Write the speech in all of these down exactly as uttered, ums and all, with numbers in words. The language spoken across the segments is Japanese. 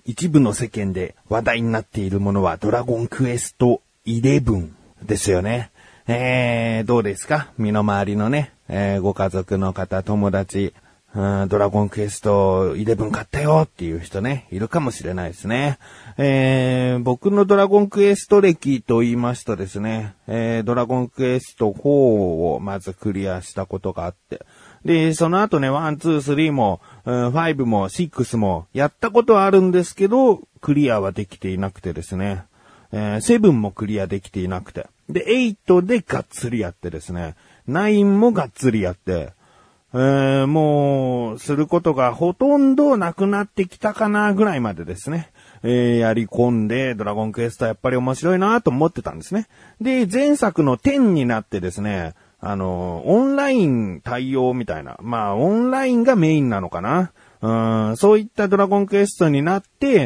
一部の世間で話題になっているものはドラゴンクエストじゅういちですよね。えー、どうですか？身の回りのね、えー、ご家族の方、友達、うん、ドラゴンクエストじゅういち買ったよっていう人ね、いるかもしれないですね。えー、僕のドラゴンクエスト歴と言いますとですね、えー、ドラゴンクエストよんをまずクリアしたことがあって、で、その後ね、ワン、ツー、スリーも、うん、ファイブもシックスもやったことはあるんですけど、クリアはできていなくてですね、えー、セブンもクリアできていなくて、で、エイトでがっつりやってですね、ナインもがっつりやって、えー、もう、することがほとんどなくなってきたかなぐらいまでですね、えー、やり込んで、ドラゴンクエストやっぱり面白いなと思ってたんですね。で、前作のテンになってですね、あの、オンライン対応みたいな。まあ、オンラインがメインなのかな。うん、そういったドラゴンクエストになって、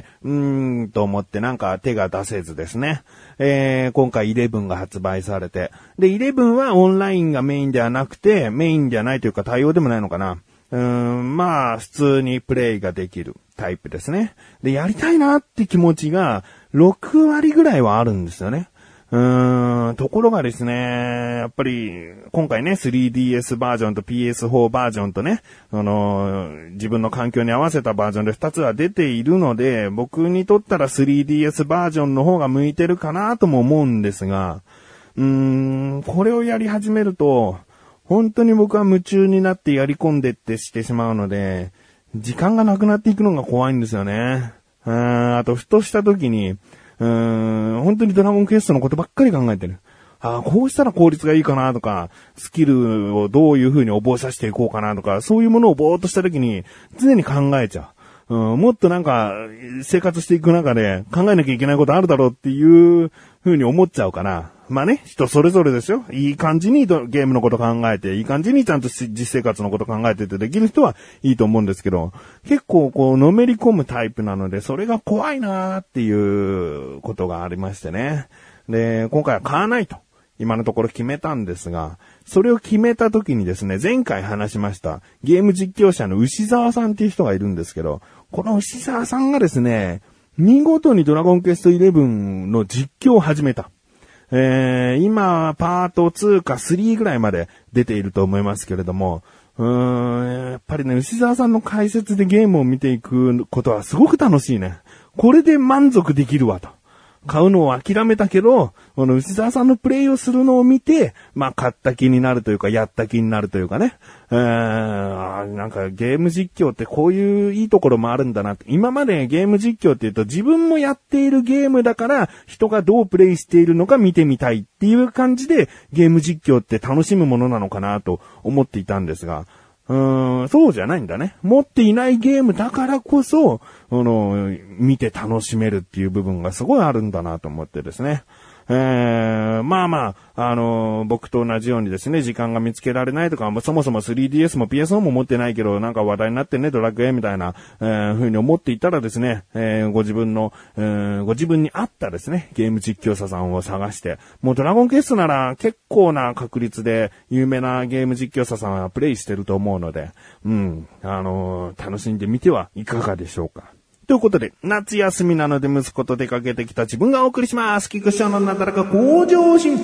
うーん、と思ってなんか手が出せずですね。えー、今回じゅういちが発売されて。で、じゅういちはオンラインがメインではなくて、メインではないというか対応でもないのかな。うーん、まあ、普通にプレイができるタイプですね。で、やりたいなって気持ちがろくわりぐらいはあるんですよね。うーん、ところがですね、やっぱり、今回ね、スリーディーエス バージョンと ピーエスフォー バージョンとね、あの、自分の環境に合わせたバージョンでふたつは出ているので、僕にとったら スリーディーエス バージョンの方が向いてるかなとも思うんですが、うーん、これをやり始めると、本当に僕は夢中になってやり込んでってしてしまうので、時間がなくなっていくのが怖いんですよね。うーん、あと、ふとした時に、うーん、本当にドラゴンクエストのことばっかり考えてる。ああ、こうしたら効率がいいかなとか、スキルをどういう風に覚えさせていこうかなとか、そういうものをぼーっとした時に常に考えちゃう。うん、もっとなんか、生活していく中で考えなきゃいけないことあるだろうっていう風に思っちゃうかな。まあね、人それぞれですよ。いい感じにゲームのこと考えて、いい感じにちゃんと実生活のこと考えててできる人はいいと思うんですけど、結構こう、のめり込むタイプなので、それが怖いなーっていうことがありましてね。で、今回は買わないと、今のところ決めたんですが、それを決めた時にですね、前回話しました、ゲーム実況者の牛沢さんっていう人がいるんですけど、この牛沢さんがですね、見事にドラゴンクエストじゅういちの実況を始めた。えー、今、パートツーかスリーぐらいまで出ていると思いますけれども、うーん、やっぱりね、牛沢さんの解説でゲームを見ていくことはすごく楽しいね。これで満足できるわと。買うのを諦めたけど、この牛沢さんのプレイをするのを見て、まあ、買った気になるというか、やった気になるというかね。えー、なんかゲーム実況ってこういういいところもあるんだなって。今までゲーム実況って言うと自分もやっているゲームだから人がどうプレイしているのか見てみたいっていう感じでゲーム実況って楽しむものなのかなと思っていたんですが、うーん、そうじゃないんだね。持っていないゲームだからこそ、あの、見て楽しめるっていう部分がすごいあるんだなと思ってですね。えー、まあまあ、あのー、僕と同じようにですね、時間が見つけられないとか、そもそも スリーディーエス も ピーエスフォー も持ってないけど、なんか話題になってね、ドラクエみたいな、えー、風に思っていたらですね、えー、ご自分の、えー、ご自分に合ったですね、ゲーム実況者さんを探して、もうドラゴンクエストなら結構な確率で有名なゲーム実況者さんはプレイしてると思うので、うん、あのー、楽しんでみてはいかがでしょうか。ということで、夏休みなので息子と出かけてきた自分がお送りします。菊師匠のなだらか向上心。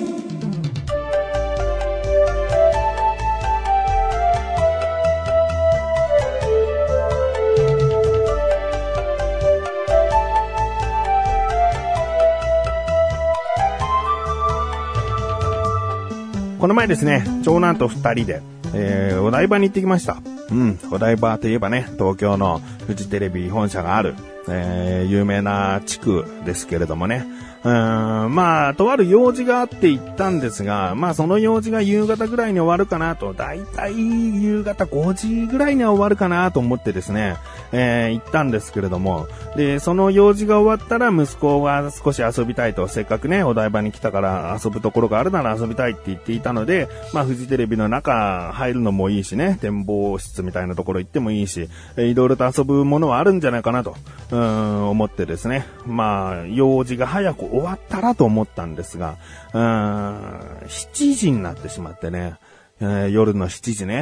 この前ですね、長男と二人で、えー、お台場に行ってきました。うん、お台場といえばね、東京のフジテレビ本社がある、えー、有名な地区ですけれどもね。うーん、まあ、とある用事があって行ったんですが、まあその用事が夕方ぐらいに終わるかなと、だいたい夕方ごじぐらいには終わるかなと思ってですね、えー、行ったんですけれども、で、その用事が終わったら息子が少し遊びたいと、せっかくね、お台場に来たから遊ぶところがあるなら遊びたいって言っていたので、まあフジテレビの中入るのもいいしね、展望室みたいなところ行ってもいいし、えー、いろいろと遊ぶものはあるんじゃないかなと、うーん、思ってですね、まあ、用事が早く終わったらと思ったんですが、うーん、しちじになってしまってね、えー、夜のしちじね。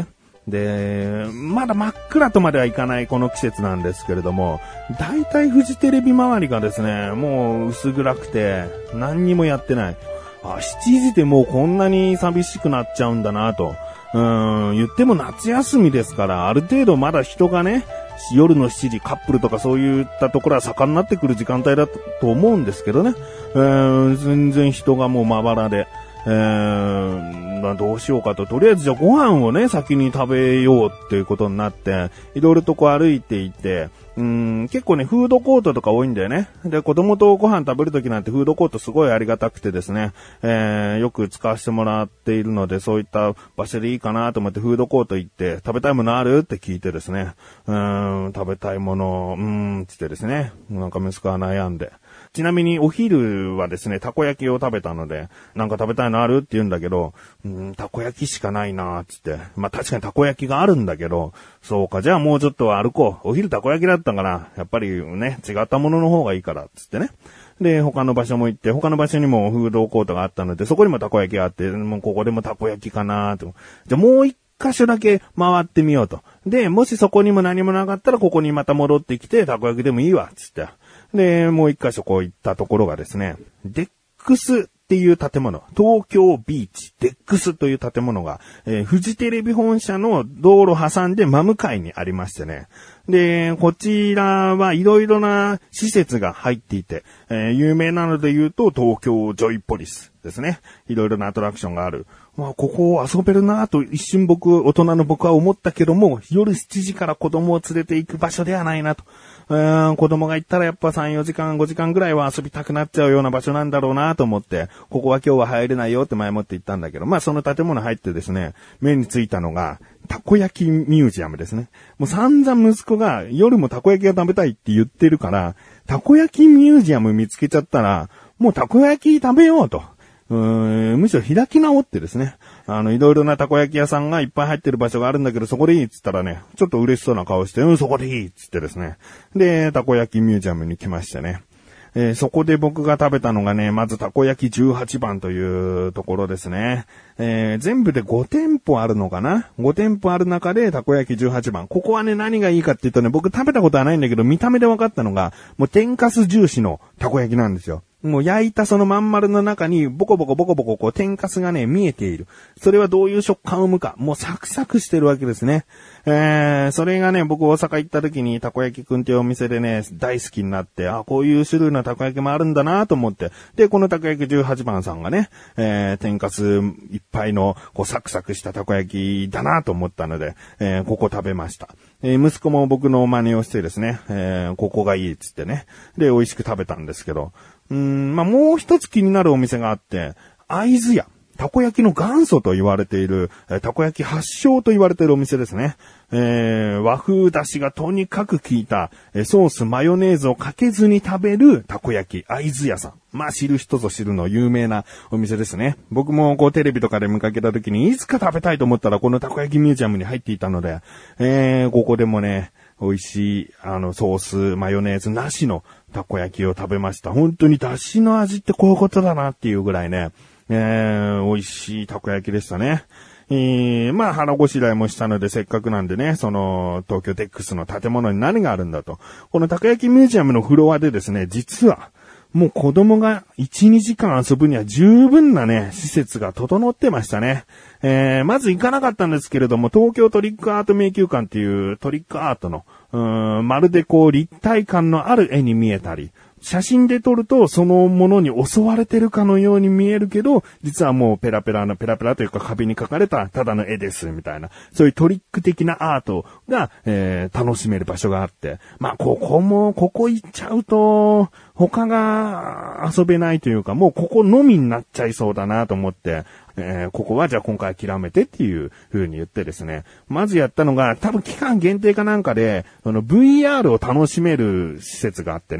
で、まだ真っ暗とまではいかないこの季節なんですけれども、だいたいフジテレビ周りがですね、もう薄暗くて何にもやってない。あ、しちじでもうこんなに寂しくなっちゃうんだなと。うーん、言っても夏休みですから、ある程度まだ人がね、夜のしちじカップルとかそういったところは盛んになってくる時間帯だと思うんですけどね。うーん、全然人がもうまばらで。えー、まあどうしようかと。とりあえずじゃあご飯をね、先に食べようっていうことになって、いろいろとこう歩いていて、うーん、結構ね、フードコートとか多いんだよね。で、子供とご飯食べるときなんてフードコートすごいありがたくてですね、えー、よく使わせてもらっているので、そういった場所でいいかなと思ってフードコート行って、食べたいものあるって聞いてですね、うーん、食べたいもの、うーん、つってですね、なんか息子は悩んで。ちなみにお昼はですね、たこ焼きを食べたので、なんか食べたいのあるって言うんだけど、うーん、たこ焼きしかないなーつって。まあ確かにたこ焼きがあるんだけど、そうか、じゃあもうちょっと歩こう。お昼たこ焼きだったから、やっぱりね、違ったものの方がいいから、つってね。で、他の場所も行って、他の場所にもフードコートがあったので、そこにもたこ焼きがあって、もうここでもたこ焼きかなーと。じゃあもう一箇所だけ回ってみようと。で、もしそこにも何もなかったら、ここにまた戻ってきて、たこ焼きでもいいわ、つって。で、もう一箇所こう行ったところがですね、デックスっていう建物、東京ビーチデックスという建物が、えー、フジテレビ本社の道路挟んで真向かいにありましてね。で、こちらはいろいろな施設が入っていて、えー、有名なので言うと東京ジョイポリスですね。いろいろなアトラクションがある。まあ、ここ遊べるなぁと一瞬僕、大人の僕は思ったけども、夜しちじから子供を連れて行く場所ではないなと。うーん、子供が行ったらやっぱさん、よじかん、ごじかんぐらいは遊びたくなっちゃうような場所なんだろうなと思って、ここは今日は入れないよって前もって言ったんだけど、まあその建物入ってですね、目についたのが、たこ焼きミュージアムですね。もう散々息子が夜もたこ焼きが食べたいって言ってるから、たこ焼きミュージアム見つけちゃったら、もうたこ焼き食べようと。うーん、むしろ開き直ってですね。あの、いろいろなたこ焼き屋さんがいっぱい入ってる場所があるんだけど、そこでいいっつったらね、ちょっと嬉しそうな顔して、うん、そこでいいっつってですね。で、たこ焼きミュージアムに来ましてね。えー、そこで僕が食べたのがね、まずたこ焼きじゅうはちばんというところですね。えー、全部でごてんぽあるのかな ?ご 店舗ある中でたこ焼きじゅうはちばん。ここはね、何がいいかって言うとね、僕食べたことはないんだけど、見た目で分かったのが、もう天かす重視のたこ焼きなんですよ。もう焼いたそのまん丸の中にボコボコボコボコこう天かすがね見えている。それはどういう食感を生むか。もうサクサクしてるわけですね。えー、それがね僕大阪行った時にたこ焼きくんっていうお店でね大好きになって、あこういう種類のたこ焼きもあるんだなと思って、でこのたこ焼きじゅうはちばんさんがね、えー、天かすいっぱいのこうサクサクしたたこ焼きだなと思ったので、えー、ここ食べました。えー、息子も僕の真似をしてですね、えー、ここがいいっつってね、で美味しく食べたんですけど。うーん、まあ、もう一つ気になるお店があって、会津屋。たこ焼きの元祖と言われている、えー、たこ焼き発祥と言われているお店ですね。えー、和風だしがとにかく効いた、えー、ソース、マヨネーズをかけずに食べるたこ焼き、会津屋さん。まあ、知る人ぞ知るの有名なお店ですね。僕もこうテレビとかで見かけた時にいつか食べたいと思ったらこのたこ焼きミュージアムに入っていたので、えー、ここでもね、美味しい、あの、ソース、マヨネーズなしのたこ焼きを食べました。本当に出汁の味ってこういうことだなっていうぐらいね、えー、美味しいたこ焼きでしたね。えー、まあ腹ごしらえもしたのでせっかくなんでね、その東京デックスの建物に何があるんだと。このたこ焼きミュージアムのフロアでですね、実はもう子供がいち、にじかん遊ぶには十分なね、施設が整ってましたね。えー、まず行かなかったんですけれども、東京トリックアート迷宮館っていうトリックアートの、うーん、まるでこう立体感のある絵に見えたり、写真で撮るとそのものに襲われてるかのように見えるけど、実はもうペラペラのペラペラというか壁に描かれたただの絵ですみたいな、そういうトリック的なアートが、えー、楽しめる場所があって、まあここもここ行っちゃうと他が遊べないというか、もうここのみになっちゃいそうだなと思って、えー、ここはじゃあ今回諦めてっていう風に言ってですね、まずやったのが多分期間限定かなんかで、その ブイアール を楽しめる施設があってね、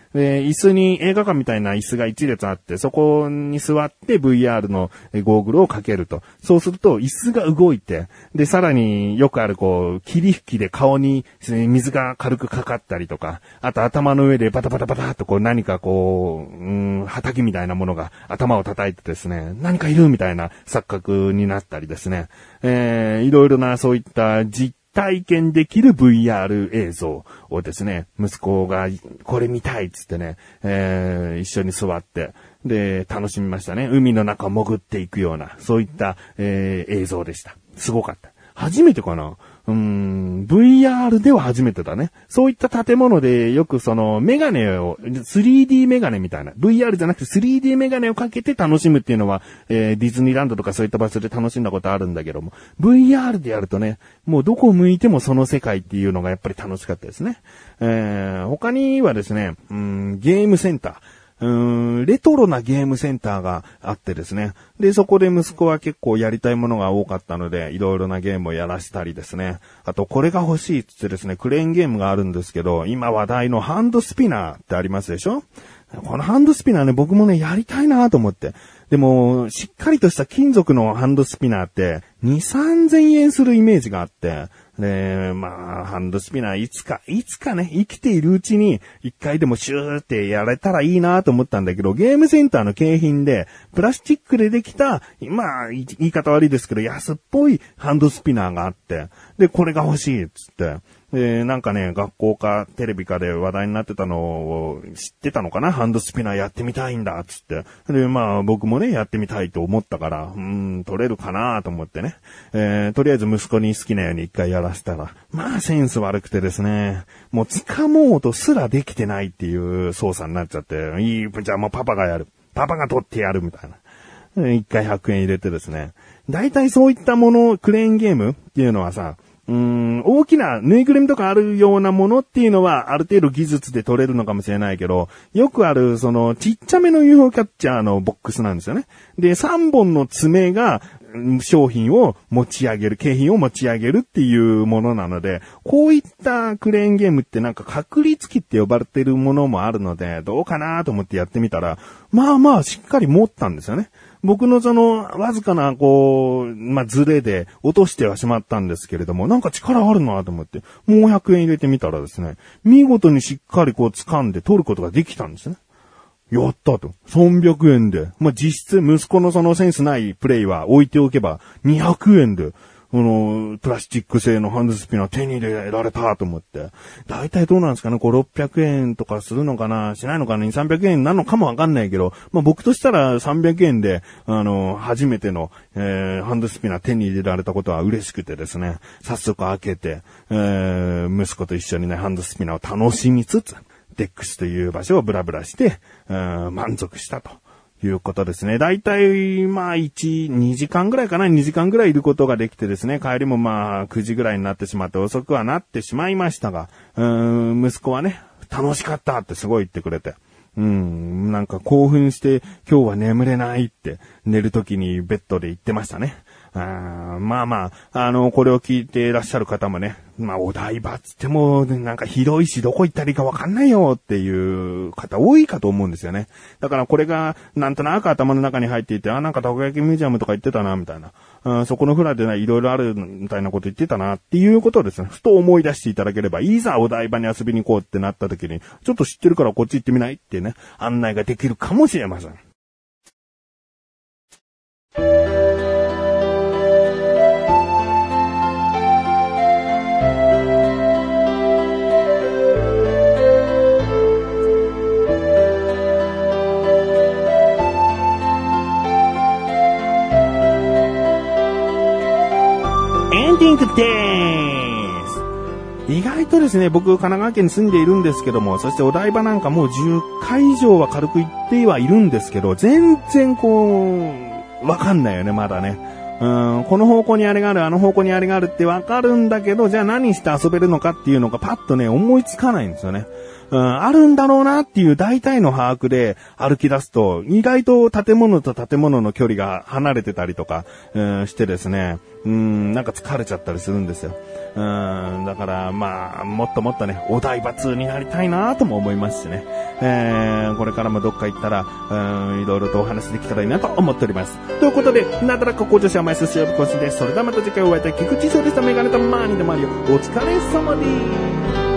で、椅子に映画館みたいな椅子が一列あって、そこに座って ブイアール のゴーグルをかけると。そうすると、椅子が動いて、で、さらによくあるこう、霧吹きで顔に水が軽くかかったりとか、あと頭の上でバタバタバタっとこう何かこう、うん、畑みたいなものが頭を叩いてですね、何かいるみたいな錯覚になったりですね、えー、いろいろなそういった実体験できる ブイアール 映像をですね、息子がこれ見たいっつってね、えー、一緒に座って、で、楽しみましたね。海の中潜っていくような、そういった、えー、映像でした。すごかった。初めてかな？うーん、ブイアール では初めてだね。そういった建物でよくそのメガネを、スリーディー メガネみたいな、ブイアール じゃなくて スリーディー メガネをかけて楽しむっていうのは、えー、ディズニーランドとかそういった場所で楽しんだことあるんだけども、ブイアール でやるとね、もうどこを向いてもその世界っていうのがやっぱり楽しかったですね。えー、他にはですね、うーん、ゲームセンター。うーん、レトロなゲームセンターがあってですね。で、そこで息子は結構やりたいものが多かったので、いろいろなゲームをやらしたりですね。あと、これが欲しいって言ってですね、クレーンゲームがあるんですけど、今話題のハンドスピナーってありますでしょ？このハンドスピナーね、僕もね、やりたいなと思って。でも、しっかりとした金属のハンドスピナーって、に、さんぜんえんするイメージがあって、で、まあ、ハンドスピナーいつか、いつかね、生きているうちに、一回でもシューってやれたらいいなと思ったんだけど、ゲームセンターの景品で、プラスチックでできた、まあ、言い方悪いですけど、安っぽいハンドスピナーがあって、で、これが欲しいっつって、で、なんかね、学校かテレビかで話題になってたのを知ってたのかな？ハンドスピナーやってみたいんだっつって。で、まあ僕もね、やってみたいと思ったから、うーん、取れるかなと思ってね。えー、とりあえず息子に好きなように一回やらせたら、まあセンス悪くてですね、もう掴もうとすらできてないっていう操作になっちゃって、いい、じゃあもうパパがやる。パパが取ってやるみたいな。一回ひゃくえん入れてですね。だいたいそういったもの、クレーンゲームっていうのはさ、うーん、大きなぬいぐるみとかあるようなものっていうのはある程度技術で取れるのかもしれないけど、よくあるそのちっちゃめの ユーフォー キャッチャーのボックスなんですよね。で、さんぼんの爪が商品を持ち上げる、景品を持ち上げるっていうものなので、こういったクレーンゲームってなんか確率機って呼ばれてるものもあるので、どうかなと思ってやってみたら、まあまあしっかり持ったんですよね。僕のその、わずかな、こう、まあ、ズレで落としてはしまったんですけれども、なんか力あるなと思って、もうひゃくえん入れてみたらですね、見事にしっかりこう掴んで取ることができたんですね。やったと。さんびゃくえんで。まあ、実質、息子のそのセンスないプレイは置いておけば、にひゃくえんで、この、プラスチック製のハンドスピナー手に入れられたと思って。だいたいどうなんですかね、こうろっぴゃくえんとかするのかな、しないのかな、にせんさんびゃくえんなのかもわかんないけど、まあ僕としたらさんびゃくえんで、あの、初めての、えー、ハンドスピナー手に入れられたことは嬉しくてですね、早速開けて、えー、息子と一緒にね、ハンドスピナーを楽しみつつ、デックスという場所をブラブラして、えー、満足したと。いうことですね。だいたい、まあ、いち、にじかんぐらいかな、にじかんぐらいいることができてですね、帰りもまあ、くじぐらいになってしまって遅くはなってしまいましたが、うーん、息子はね、楽しかったってすごい言ってくれて、うん、なんか興奮して今日は眠れないって寝るときにベッドで言ってましたね。あまあまあ、あの、これを聞いていらっしゃる方もね、まあ、お台場つっても、なんか広いし、どこ行ったらいいかわかんないよっていう方多いかと思うんですよね。だからこれが、なんとなく頭の中に入っていて、あ、なんかたこ焼きミュージアムとか行ってたな、みたいな。あそこのフラでね、いろいろあるみたいなこと言ってたな、っていうことをですね、ふと思い出していただければ、いざお台場に遊びに行こうってなった時に、ちょっと知ってるからこっち行ってみないってね、案内ができるかもしれません。エンディングでーす。意外とですね、僕、神奈川県に住んでいるんですけども、そしてお台場なんかもうじゅっかい以上は軽く行ってはいるんですけど、全然こう、わかんないよね、まだね。うん、この方向にあれがある、あの方向にあれがあるってわかるんだけど、じゃあ何して遊べるのかっていうのがパッとね、思いつかないんですよね。 うん、あるんだろうなっていう大体の把握で歩き出すと、意外と建物と建物の距離が離れてたりとか、うん、してですね、うん、なんか疲れちゃったりするんですよ。うん、だからまあ、もっともっとね、お台場通になりたいなとも思いますしね。えー、これからもどっか行ったら、うん、いろいろとお話できたらいいなと思っております。ということで、なだらか向上心甘い寿司を更新です。それではまた次回お会いいたい菊池勝利したメガネとマーニーでもあるよ。お疲れ様です。